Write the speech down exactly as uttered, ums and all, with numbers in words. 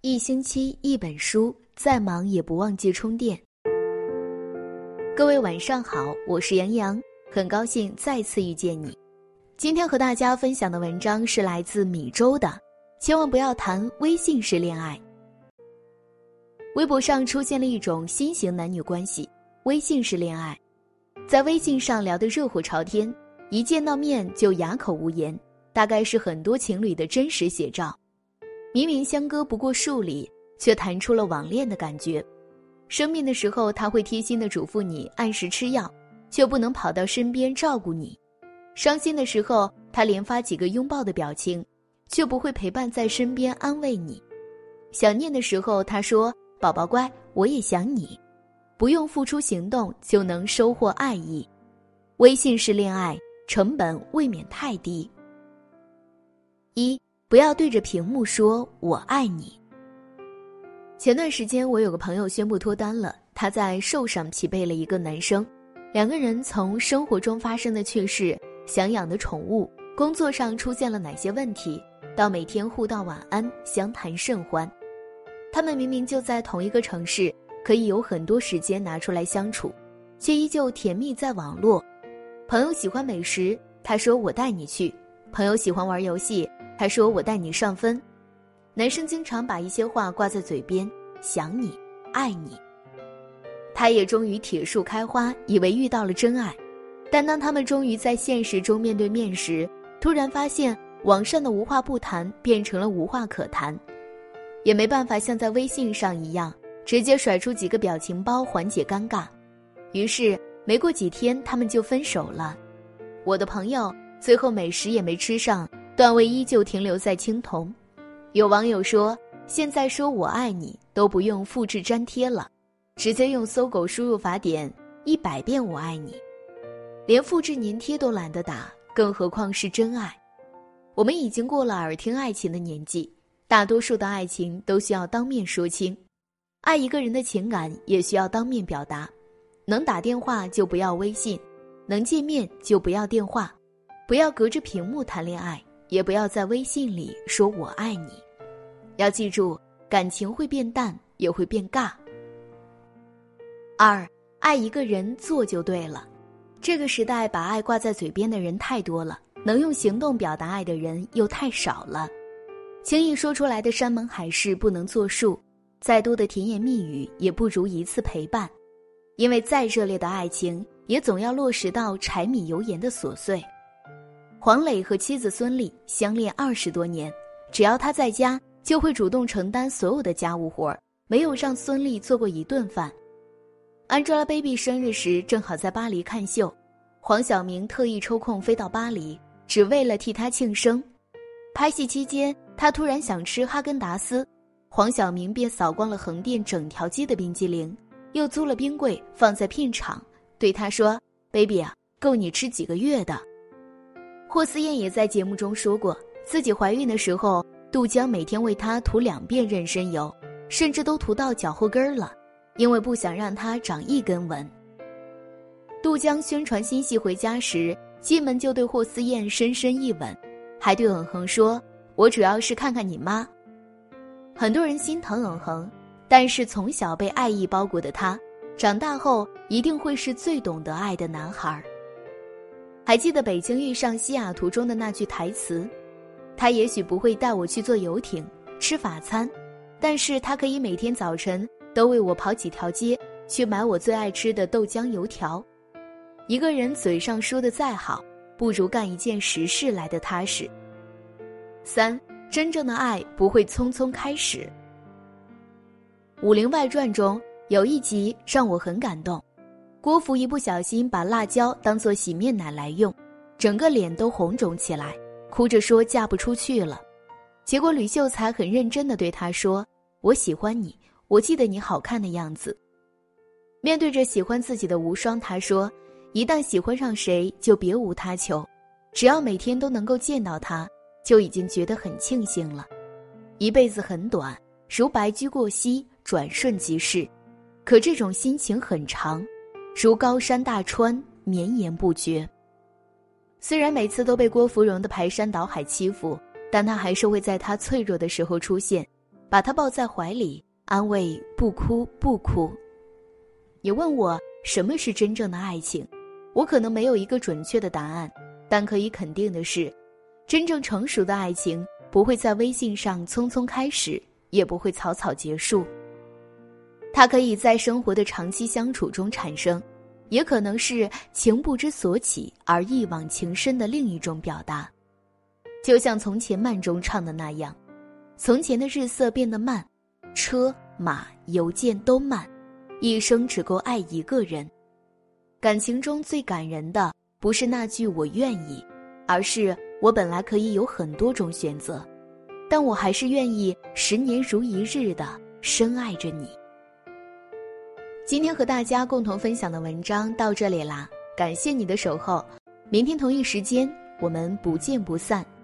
一星期一本书，再忙也不忘记充电。各位晚上好，我是杨洋，很高兴再次遇见你。今天和大家分享的文章是来自米周的，千万不要谈微信式恋爱。微博上出现了一种新型男女关系，微信式恋爱。在微信上聊得热火朝天，一见到面就哑口无言，大概是很多情侣的真实写照。明明相隔不过数里，却谈出了网恋的感觉。生病的时候，他会贴心地嘱咐你按时吃药，却不能跑到身边照顾你。伤心的时候，他连发几个拥抱的表情，却不会陪伴在身边安慰你。想念的时候，他说宝宝乖，我也想你。不用付出行动就能收获爱意。微信式恋爱成本未免太低。一，不要对着屏幕说我爱你。前段时间我有个朋友宣布脱单了，他在瘦上匹配了一个男生，两个人从生活中发生的趣事、想养的宠物、工作上出现了哪些问题，到每天互道晚安，相谈甚欢。他们明明就在同一个城市，可以有很多时间拿出来相处，却依旧甜蜜在网络。朋友喜欢美食，他说我带你去；朋友喜欢玩游戏，他说我带你上分。男生经常把一些话挂在嘴边，想你，爱你。他也终于铁树开花，以为遇到了真爱。但当他们终于在现实中面对面时，突然发现网上的无话不谈变成了无话可谈，也没办法像在微信上一样直接甩出几个表情包缓解尴尬。于是没过几天他们就分手了。我的朋友最后美食也没吃上，段位依旧停留在青铜。有网友说，现在说我爱你都不用复制粘贴了，直接用搜狗输入法典一百遍我爱你。连复制粘贴都懒得打，更何况是真爱。我们已经过了耳听爱情的年纪，大多数的爱情都需要当面说清。爱一个人的情感也需要当面表达，能打电话就不要微信，能见面就不要电话，不要隔着屏幕谈恋爱，也不要在微信里说我爱你。要记住，感情会变淡，也会变尬。二，爱一个人做就对了。这个时代把爱挂在嘴边的人太多了，能用行动表达爱的人又太少了。轻易说出来的山盟海誓不能作数，再多的甜言蜜语也不如一次陪伴。因为再热烈的爱情，也总要落实到柴米油盐的琐碎。黄磊和妻子孙俪相恋二十多年，只要他在家，就会主动承担所有的家务活，没有让孙俪做过一顿饭。Angelababy 生日时正好在巴黎看秀，黄晓明特意抽空飞到巴黎，只为了替她庆生。拍戏期间，他突然想吃哈根达斯，黄晓明便扫光了横店整条街的冰激凌，又租了冰柜放在片场，对他说 Baby 啊，够你吃几个月的。霍思燕也在节目中说过，自己怀孕的时候，杜江每天为她涂两遍妊娠油，甚至都涂到脚后跟了，因为不想让她长一根纹。杜江宣传新戏回家时，进门就对霍思燕深深一吻，还对耿恒说，我主要是看看你妈。很多人心疼耿恒，但是从小被爱意包裹的他，长大后一定会是最懂得爱的男孩。还记得北京遇上西雅图中的那句台词，他也许不会带我去坐游艇吃法餐，但是他可以每天早晨都为我跑几条街去买我最爱吃的豆浆油条。一个人嘴上说的再好，不如干一件实事来的踏实。三，真正的爱不会匆匆开始。《武林外传》中有一集让我很感动，郭芙一不小心把辣椒当作洗面奶来用，整个脸都红肿起来，哭着说嫁不出去了。结果吕秀才很认真地对她说，我喜欢你，我记得你好看的样子。面对着喜欢自己的无双，她说，一旦喜欢上谁就别无他求，只要每天都能够见到他，就已经觉得很庆幸了。一辈子很短，如白驹过隙，转瞬即逝，可这种心情很长，如高山大川，绵延不绝。虽然每次都被郭芙蓉的排山倒海欺负，但他还是会在他脆弱的时候出现，把把他抱在怀里，安慰不哭不哭。也问我什么是真正的爱情，我可能没有一个准确的答案，但可以肯定的是，真正成熟的爱情不会在微信上匆匆开始，也不会草草结束。它可以在生活的长期相处中产生，也可能是情不知所起而一往情深的另一种表达。就像《从前慢》中唱的那样，从前的日色变得慢，车马邮件都慢，一生只够爱一个人。感情中最感人的不是那句我愿意，而是我本来可以有很多种选择，但我还是愿意十年如一日的深爱着你。今天和大家共同分享的文章到这里啦，感谢你的守候，明天同一时间我们不见不散。